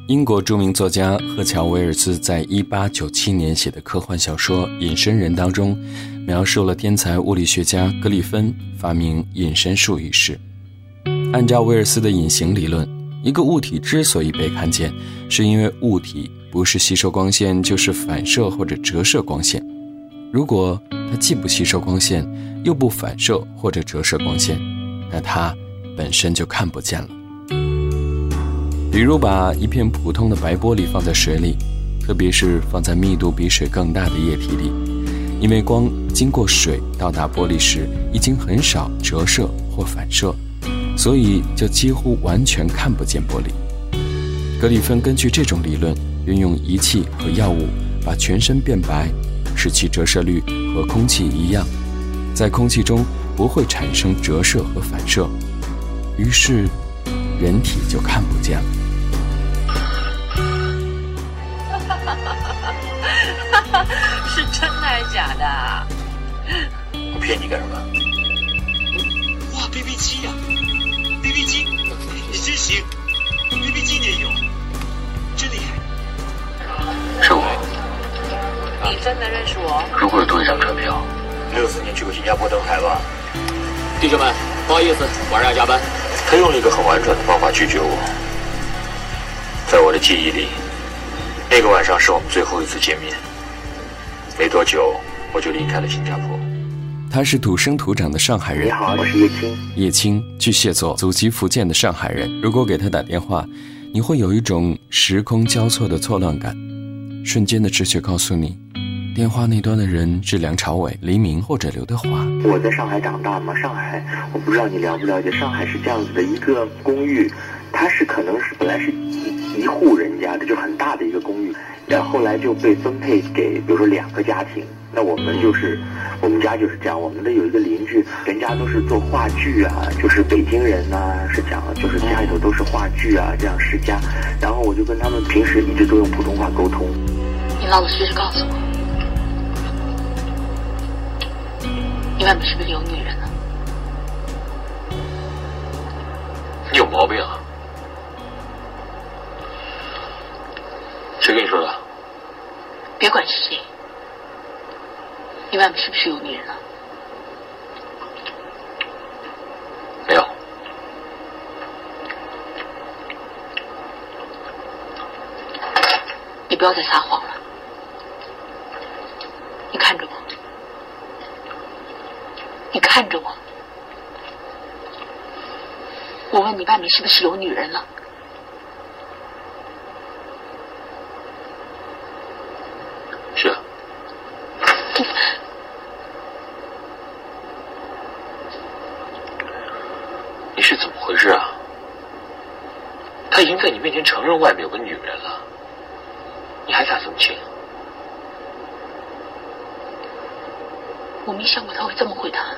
英国著名作家赫乔·威尔斯在1897年写的科幻小说《隐身人》当中，描述了天才物理学家格里芬发明隐身术一事。按照威尔斯的隐形理论，一个物体之所以被看见，是因为物体不是吸收光线，就是反射或者折射光线。如果它既不吸收光线，又不反射或者折射光线，那它本身就看不见了。比如把一片普通的白玻璃放在水里，特别是放在密度比水更大的液体里，因为光经过水到达玻璃时已经很少折射或反射，所以就几乎完全看不见玻璃。格里芬根据这种理论，运用仪器和药物把全身变白，使其折射率和空气一样，在空气中不会产生折射和反射，于是人体就看不见了。 是真的还是假的？ 我骗你干什么？哇 ，BB 机呀 ，BB 机，你真行 ，BB 机你也有，真厉害。 是我。 你真的认识我？ 如果有多一张车票 ，64年去过新加坡登海吧？ 弟兄们，不好意思，晚上要加班。 他用了一个很婉转的方法拒绝我。在我的记忆里，那个晚上是我们最后一次见面。没多久，我就离开了新加坡。 他是土生土长的上海人。 你好，我是叶青。 叶青，巨蟹座，祖籍福建的上海人。如果给他打电话，你会有一种时空交错的错乱感，瞬间的直觉告诉你，电话那端的人是梁朝伟、黎明或者刘德华。 我在上海长大嘛，上海我不知道你了不了解，上海是这样子的一个公寓，它是可能是本来是一户人家的，就很大的一个公寓，然后后来就被分配给比如说2个家庭。那我们家就是这样，我们的有一个邻居，人家都是做话剧啊，就是北京人啊，是讲就是家里头都是话剧啊这样世家，然后我就跟他们平时一直都用普通话沟通。 你老老实实告诉我，你外面是不是有女人了？ 你有毛病啊！谁跟你说的？ 别管是谁，你外面是不是有女人了？ 没有。 你不要再撒谎了，你看着我，你看着我，我问你外面是不是有女人了？ 是啊。你是怎么回事啊？他已经在你面前承认外面有个女人了，你还咋这么轻？ 我没想过他会这么回答，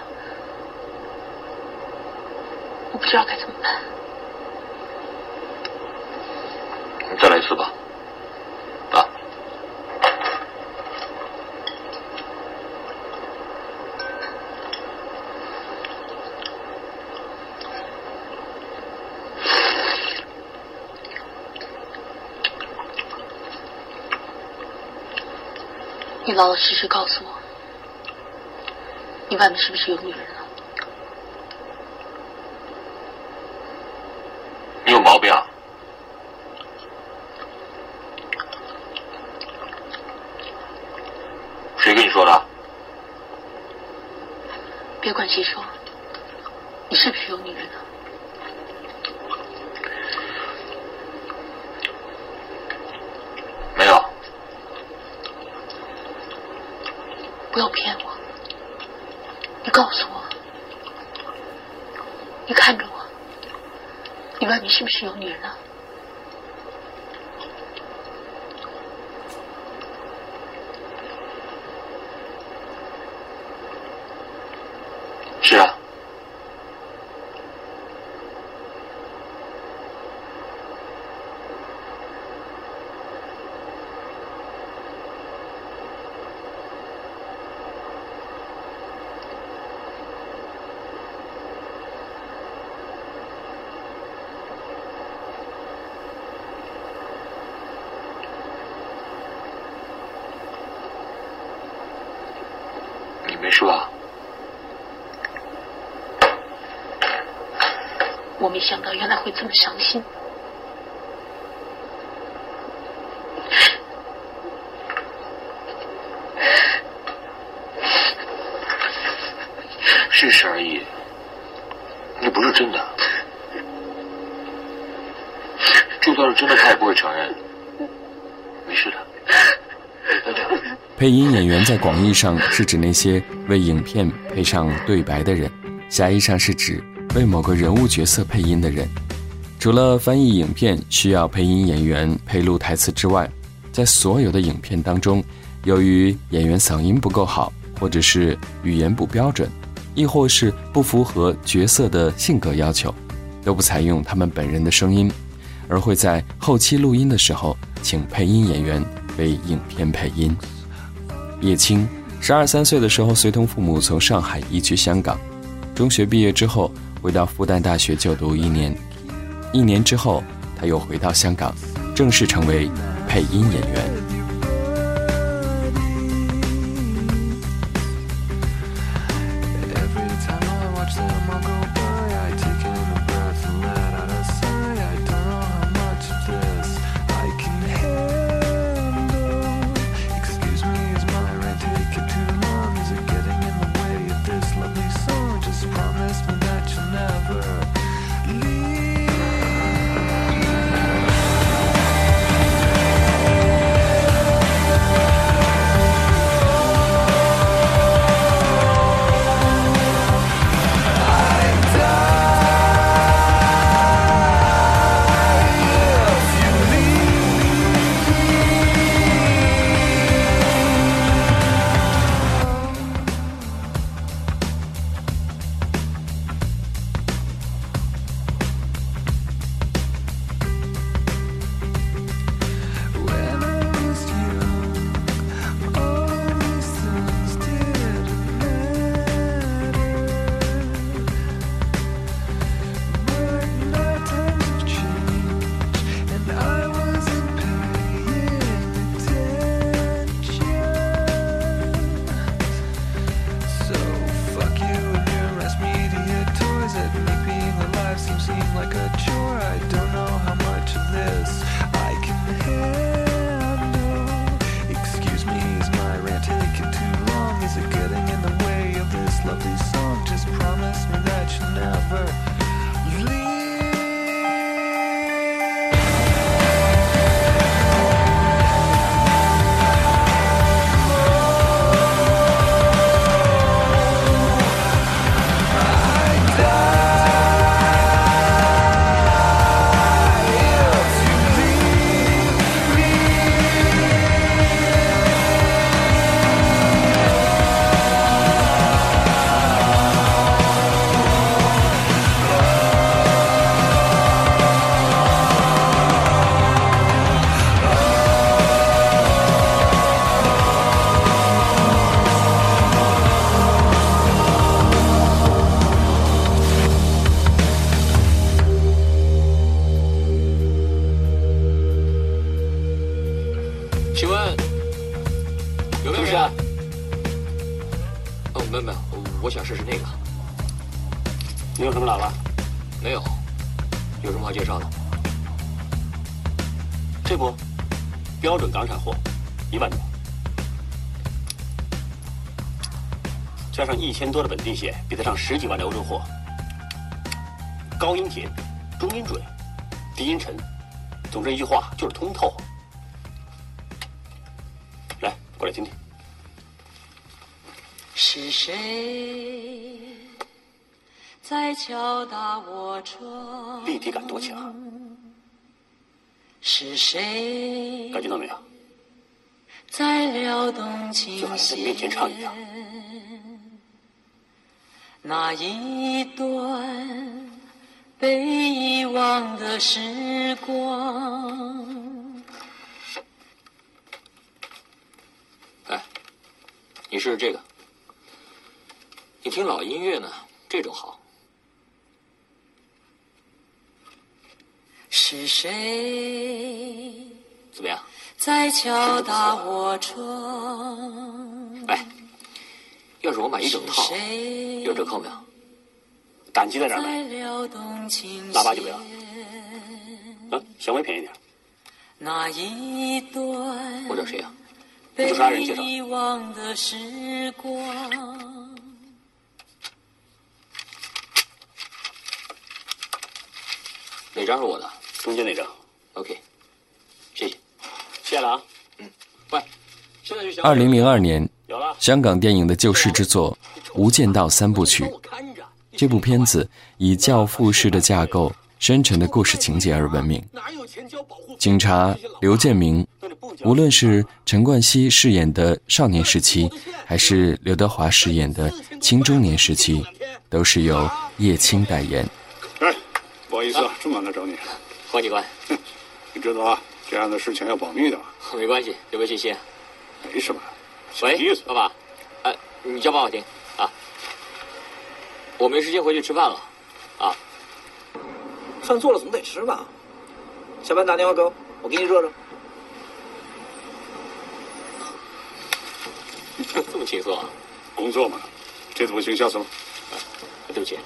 我不知道该怎么办。 你再来一次吧。啊。 你老老实实告诉我，你外面是不是有女人了？ 你有毛病啊！谁跟你说的？ 别管谁说，你是不是有女人了？ 没有。 不要骗我，你告诉我，你看着我，你外面是不是有女人了？ 是啊。 我没想到原来会这么伤心。 事实而已，你不是真的。就算是真的，他也不会承认。没事的。 配音演员在广义上是指那些为影片配上对白的人，狭义上是指为某个人物角色配音的人。除了翻译影片需要配音演员配录台词之外，在所有的影片当中，由于演员嗓音不够好，或者是语言不标准，亦或是不符合角色的性格要求，都不采用他们本人的声音，而会在后期录音的时候请配音演员为影片配音。叶青12、13岁的时候随同父母从上海移居香港，中学毕业之后回到复旦大学就读1年，1年之后他又回到香港，正式成为配音演员。 我想试试那个。 你有什么喇叭？ 没有，有什么好介绍的？ 这不，标准港产货，1万多，加上1000多的本地线，比得上10几万的欧洲货。高音甜，中音准，低音沉，总之一句话就是通透。来，过来听听。 是谁在敲打我窗？ 立体感多强！ 是谁？ 感觉到没有？ 在撩动琴弦， 就好像在你面前唱一样。 那一段被遗忘的时光。 哎，你试试这个。你听老音乐呢，这种好。 是谁？ 怎么样？ 在敲打我窗。 哎，要是我买一整套，有折扣没有？ 胆机在这儿买，腊八就不要。稍微便宜点。 那一段我找谁呀？ 不是啥人介绍。 遗忘的时光。 哪张是我的？ 中间那张。 OK， 谢谢。 谢了啊。 喂，现在就 2002年，香港电影的救世之作《无间道3部曲》。这部片子以教父式的架构、深沉的故事情节而闻名。警察刘建明，无论是陈冠希饰演的少年时期，还是刘德华饰演的青中年时期，都是由叶青代言。 哎，不好意思啊，这么晚了找你。 黄警官， 你知道啊，这样的事情要保密的。 没关系，有没有信心？ 没什么。 喂，爸爸，你叫爸爸听啊。我没时间回去吃饭了，啊。 饭做了总得吃吧？下班打电话给我，我给你热热。 这么轻松啊？ 工作嘛，这次不行，下次了。 对不起。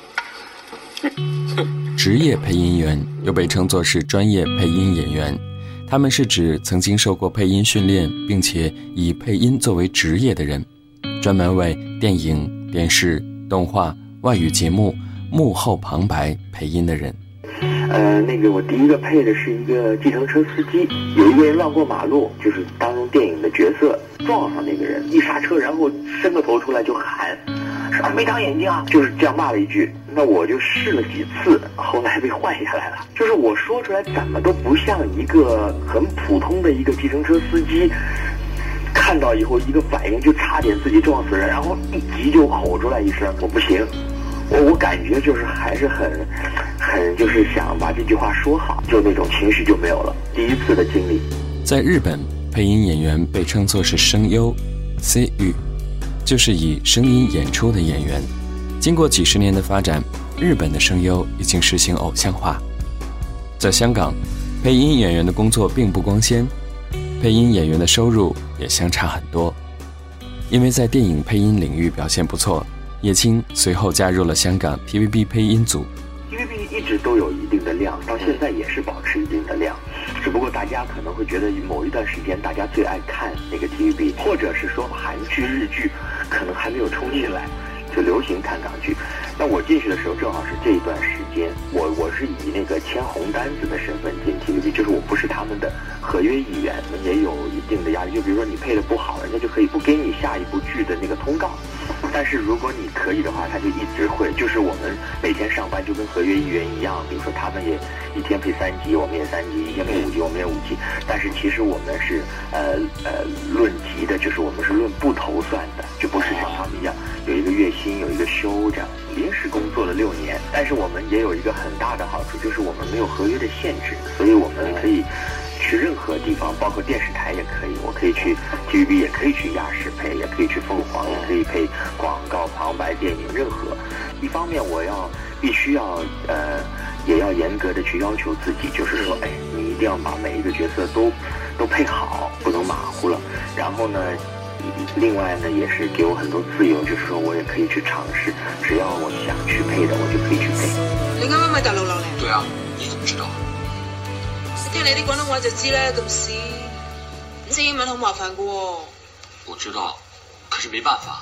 职业配音员又被称作是专业配音演员，他们是指曾经受过配音训练，并且以配音作为职业的人，专门为电影、电视、动画、外语节目幕后旁白配音的人。 我第一个配的是一个计程车司机，有一个人乱过马路，就是当中电影的角色撞上那个人，一刹车，然后伸个头出来就喊说没长眼睛啊，就是这样骂了一句。那我就试了几次，后来被换下来了。就是我说出来怎么都不像一个很普通的一个计程车司机，看到以后一个反应就差点自己撞死人，然后一急就吼出来一声我不行。我感觉就是还是很就是想把这句话说好，就那种情绪就没有了。第一次的经历。 在日本，配音演员被称作是声优 ，C 语，就是以声音演出的演员。经过几十年的发展，日本的声优已经实行偶像化。在香港，配音演员的工作并不光鲜，配音演员的收入也相差很多。因为在电影配音领域表现不错，叶青随后加入了香港 TVB 配音组。 TVB 一直都有一定的量，到现在也是保持一定的量，只不过大家可能会觉得某一段时间大家最爱看那个 TVB， 或者是说韩剧、日剧可能还没有冲起来，就流行看港剧。那我进去的时候正好是这一段时间，我是以那个签红单子的身份进 TVB， 就是我不是他们的合约艺员，也有一定的压力。就比如说你配的不好，人家就可以不给你下一部剧的那个通告。但是如果你可以的话，他就一直会，就是我们每天上班就跟合约艺员一样，比如说他们也一天配3集，我们也3集，一天配5集，我们也5集。但是其实我们是论级的，就是我们是论部头算的，就不是像他们一样有一个月薪有一个休这样。临时工作了6年，但是我们也有一个很大的好处，就是我们没有合约的限制，所以我们可以去任何地方，包括电视台也可以，我可以去 TVB， 也可以去亚视配，也可以去凤凰，也可以配广告、旁白、电影，任何。一方面我必须要也要严格的去要求自己，就是说，你一定要把每一个角色都配好，不能马虎了。然后呢，另外呢，也是给我很多自由，就是说我也可以去尝试，只要我想去配的，我就可以去配。 你啱啱喺大陸落嚟？ 對啊，你怎麼知道？ 聽你啲廣東話就知啦，咁屎。唔識英文好麻煩噶喎。 我知道，可是沒辦法。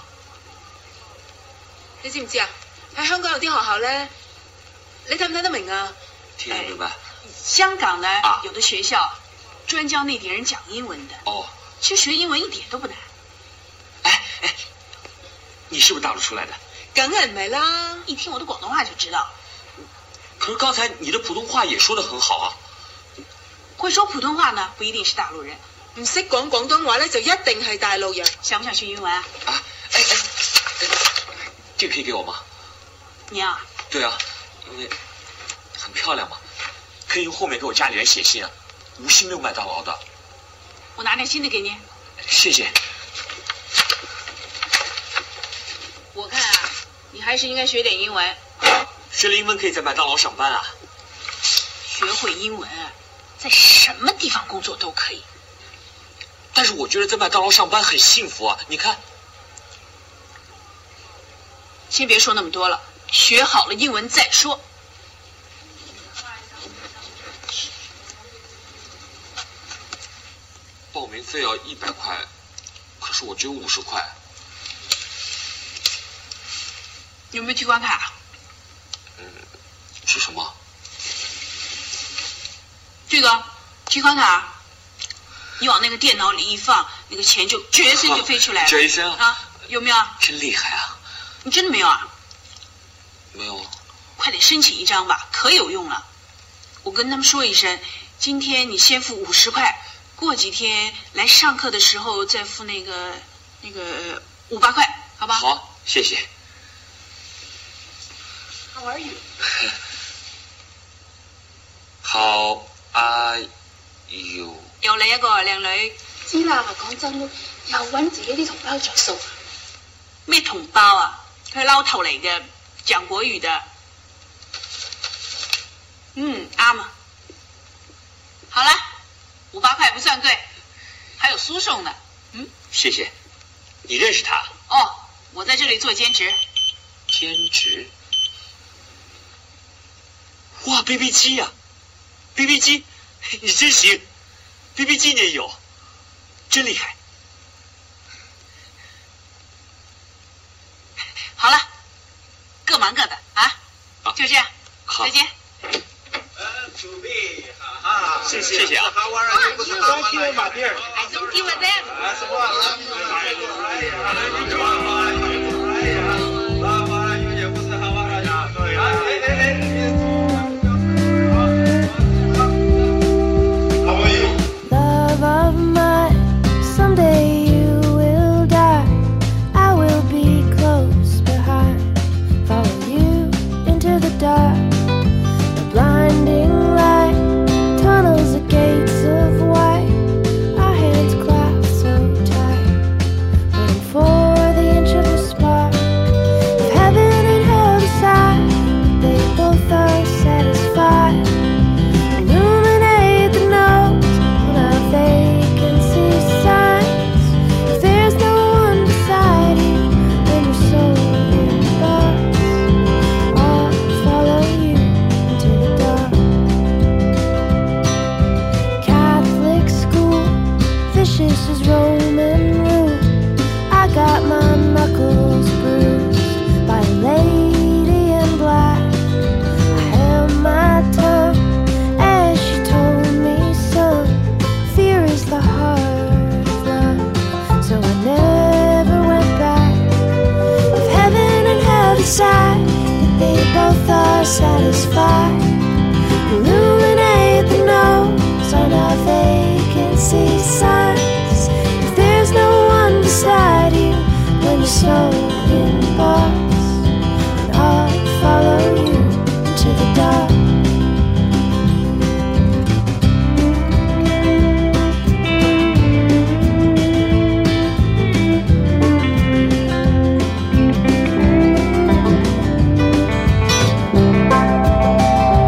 你知唔知啊？喺香港有啲學校咧，你睇唔睇得明啊？ 聽得明白。 香港呢，有的學校專教內地人講英文的。 哦。 其實學英文一點都不難。 你是不是大陸出來的？ 梗係唔係啦，一聽我的廣東話就知道。 可是剛才你的普通話也說得很好啊。 會說普通話呢，不一定是大陸人。唔識講廣東話呢，就一定係大陸人。想不想學英文啊？ 這個可以給我嗎？ 你啊？ 對啊，因為很漂亮嘛，可以用後面給我家裡人寫信啊，無錫沒有麥當勞的。 我拿點新的給你。 謝謝。 我看啊，你還是應該學點英文。 學了英文可以在麥當勞上班啊。 學會英文，在什麼地方工作都可以。 但是我覺得在麥當勞上班很幸福啊，你看。 先別說那麼多了， 学好了英文再说。 报名费要100块，可是我只有50块。 有没有提款卡？ 是什么？ 这个提款卡，你往那个电脑里一放，那个钱就啜一声就飞出来了。 啜一声啊？有没有？ 真厉害啊！ 你真的没有啊？ 没有。 快点申请一张吧，可有用了。我跟他们说一声，今天你先付50块，过几天来上课的时候再付那个58块，好吧？ 好，谢谢。 How are you? How are you? 又嚟一個靚女。 知啦，講真，又揾自己啲同胞着數。 咩同胞啊？佢係撈頭嚟嘅，講國語的。啱啊。好了，58塊不算貴，還有輸送呢。 謝謝。你認識他？ 哦，我在這裡做兼職。 兼職？哇 ，BB 機呀！BB 機，你真行 ！BB 機你也有，真厲害。 好了，各忙各的啊，就這樣， 好， 再見。 祖辈，哈哈， 谢谢啊。 Thank you, my dear. I don't give a damn. 《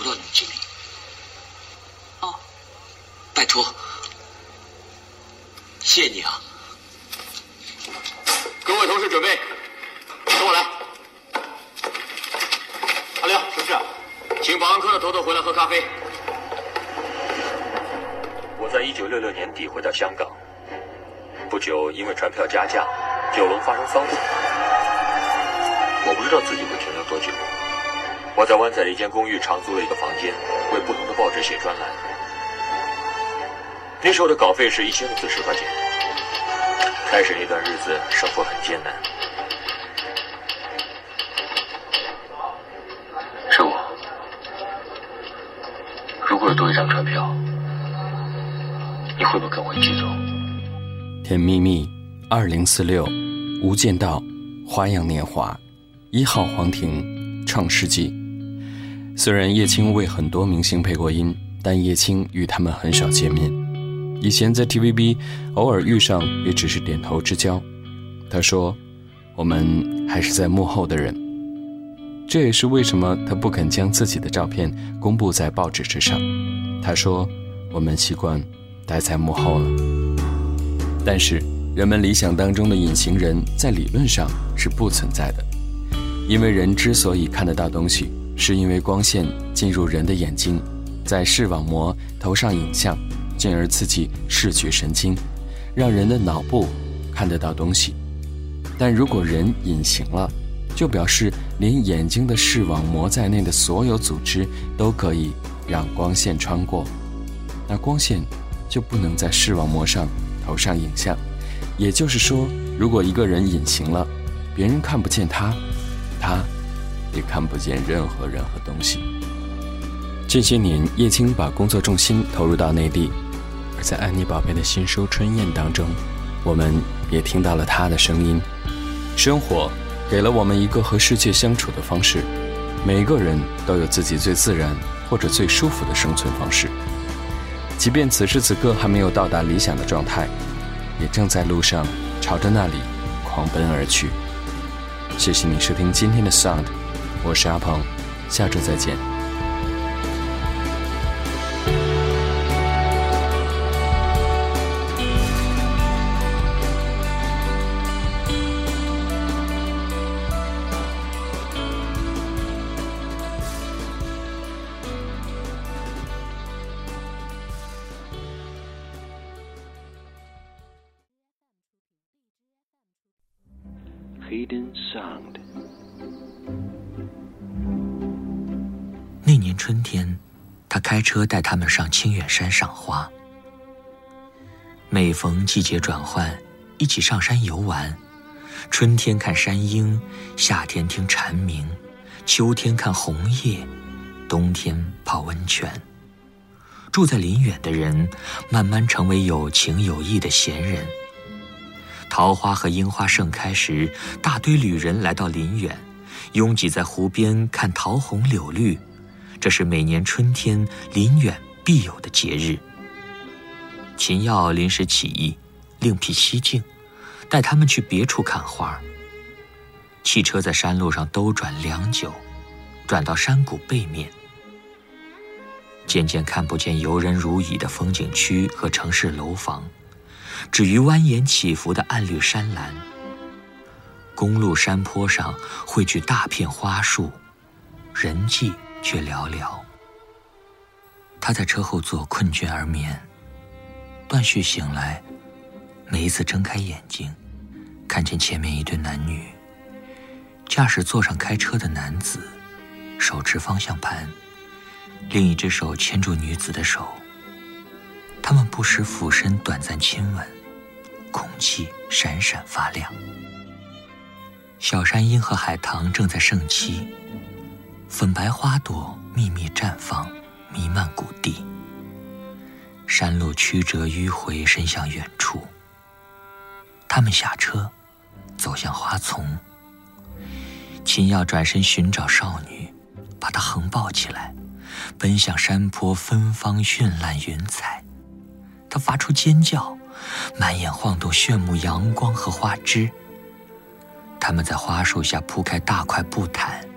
投到你这里。 哦， 拜托，谢谢你啊！ 各位同事准备，跟我来。阿亮，什么事啊？请保安科的头头回来喝咖啡。 我在1966年底回到香港，不久因为船票加价，九龙发生骚动。我不知道自己会停留多久。我在湾仔的一间公寓长租了一个房间，为不同的报纸写专栏。那时候的稿费是1000个字10块钱。开始那段日子，生活很艰难。 是我。如果有多一张船票，你会不会跟我一起走？ 甜蜜蜜2046，无间道，花样年华，1号皇庭，创世纪。虽然叶青为很多明星配过音，但叶青与他们很少见面。以前在 TVB 偶尔遇上也只是点头之交。他说我们还是在幕后的人，这也是为什么他不肯将自己的照片公布在报纸之上。他说我们习惯待在幕后了。但是人们理想当中的隐形人在理论上是不存在的，因为人之所以看得到东西，是因为光线进入人的眼睛，在视网膜投上影像，进而刺激视觉神经，让人的脑部看得到东西。但如果人隐形了，就表示连眼睛的视网膜在内的所有组织都可以让光线穿过，那光线就不能在视网膜上投上影像。也就是说，如果一个人隐形了，别人看不见他，他也看不见任何东西。这些年，叶青把工作重心投入到内地，而在安妮宝贝的新书《春燕》当中，我们也听到了她的声音。生活给了我们一个和世界相处的方式，每个人都有自己最自然或者最舒服的生存方式。即便此时此刻还没有到达理想的状态，也正在路上朝着那里狂奔而去。谢谢你收听今天的 Sound， 我是阿鹏，下周再见。 Hidden Sound。 那年春天，他开车带他们上清远山赏花。每逢季节转换，一起上山游玩。春天看山鹰，夏天听蝉鸣，秋天看红叶，冬天泡温泉。住在林远的人，慢慢成为有情有义的闲人。桃花和樱花盛开时，大堆旅人来到林远，拥挤在湖边看桃红柳绿。这是每年春天林远必有的节日。秦耀临时起意，另辟蹊径，带他们去别处看花。汽车在山路上兜转良久，转到山谷背面，渐渐看不见游人如蚁的风景区和城市楼房，止于蜿蜒起伏的暗绿山岚。公路山坡上汇聚大片花树，人迹却寥寥。他在车后座困倦而眠，断续醒来，每一次睁开眼睛，看见前面一对男女，驾驶座上开车的男子手持方向盘，另一只手牵住女子的手，他们不时俯身短暂亲吻，空气闪闪发亮。小山樱和海棠正在盛期，粉白花朵密密绽放，弥漫谷地。山路曲折迂回，伸向远处。他们下车，走向花丛。秦耀转身寻找少女，把她横抱起来，奔向山坡芬芳绚烂云彩。她发出尖叫，满眼晃动炫目阳光和花枝。他们在花树下铺开大块布毯，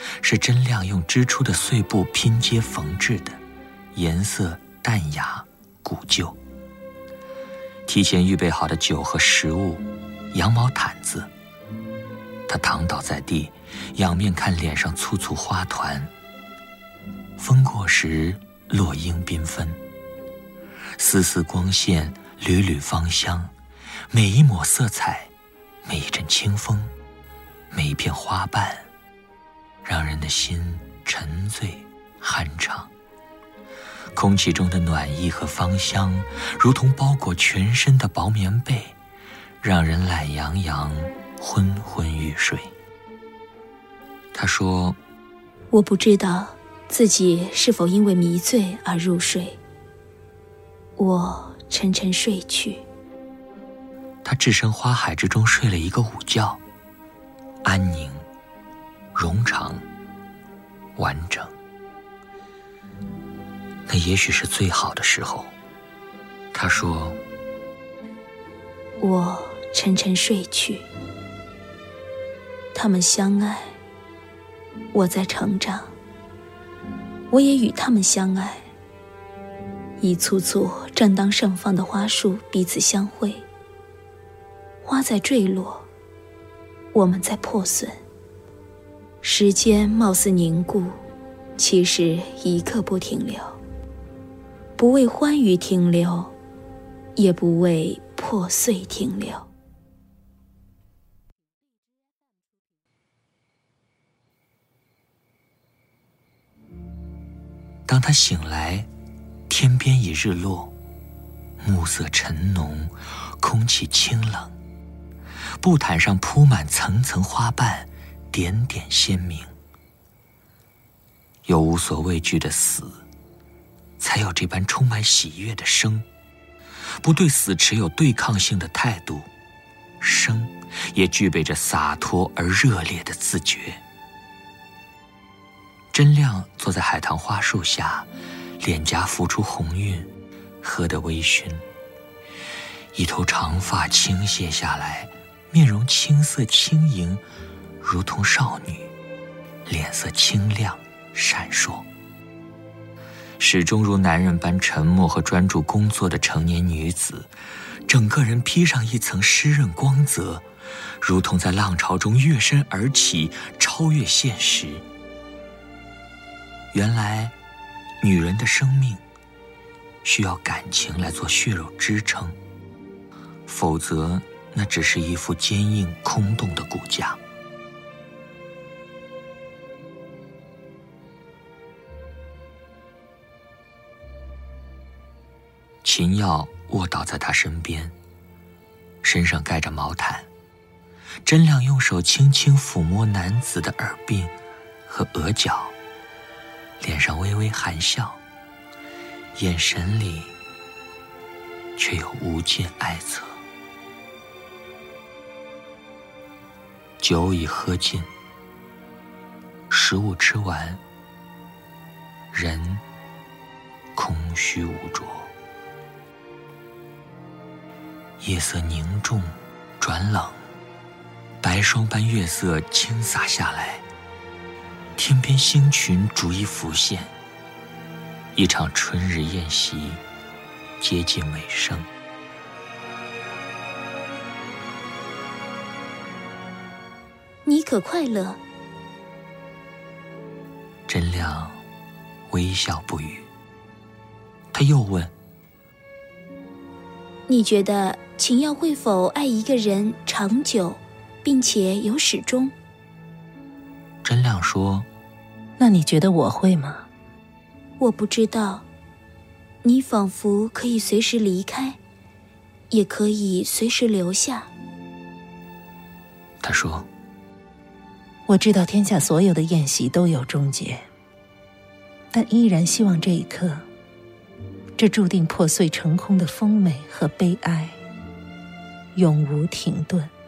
是真亮用织出的碎布拼接缝制的，颜色淡雅古旧。提前预备好的酒和食物，羊毛毯子。他躺倒在地，仰面看脸上簇簇花团。风过时，落英缤纷，丝丝光线，缕缕芳香，每一抹色彩，每一阵清风，每一片花瓣，让人的心沉醉酣畅。空气中的暖意和芳香，如同包裹全身的薄棉被，让人懒洋洋，昏昏欲睡。他说： 我不知道自己是否因为迷醉而入睡，我沉沉睡去。 他置身花海之中，睡了一个午觉，安宁、冗长、完整。那也许是最好的时候。他说： 我沉沉睡去，他们相爱，我在成长，我也与他们相爱。一簇簇正当盛放的花束彼此相会，花在坠落，我们在破损。时间貌似凝固，其实一刻不停留，不为欢愉停留，也不为破碎停留。 当他醒来，天边已日落，暮色沉浓，空气清冷，布毯上铺满层层花瓣，点点鲜明。有无所畏惧的死，才有这般充满喜悦的生。不对死持有对抗性的态度，生也具备着洒脱而热烈的自觉。真亮坐在海棠花树下，脸颊浮出红晕，喝得微醺。一头长发倾泻下来，面容青涩轻盈，如同少女，脸色清亮闪烁。始终如男人般沉默和专注工作的成年女子，整个人披上一层湿润光泽，如同在浪潮中跃身而起，超越现实。原来女人的生命需要感情来做血肉支撑，否则那只是一副坚硬空洞的骨架。秦耀卧倒在他身边，身上盖着毛毯。真亮用手轻轻抚摸男子的耳鬓和额角，脸上微微含笑，眼神里却有无尽哀恻。酒已喝尽，食物吃完，人空虚无着。夜色凝重转冷，白霜般月色倾洒下来，天边星群逐一浮现，一场春日宴席接近尾声。 你可快乐？ 真亮微笑不语。他又问： 你觉得秦耀会否爱一个人长久，并且有始终？ 真亮说： 那你觉得我会吗？ 我不知道。你仿佛可以随时离开，也可以随时留下。 他说： 我知道天下所有的宴席都有终结，但依然希望这一刻，这注定破碎成空的丰美和悲哀，永无停顿。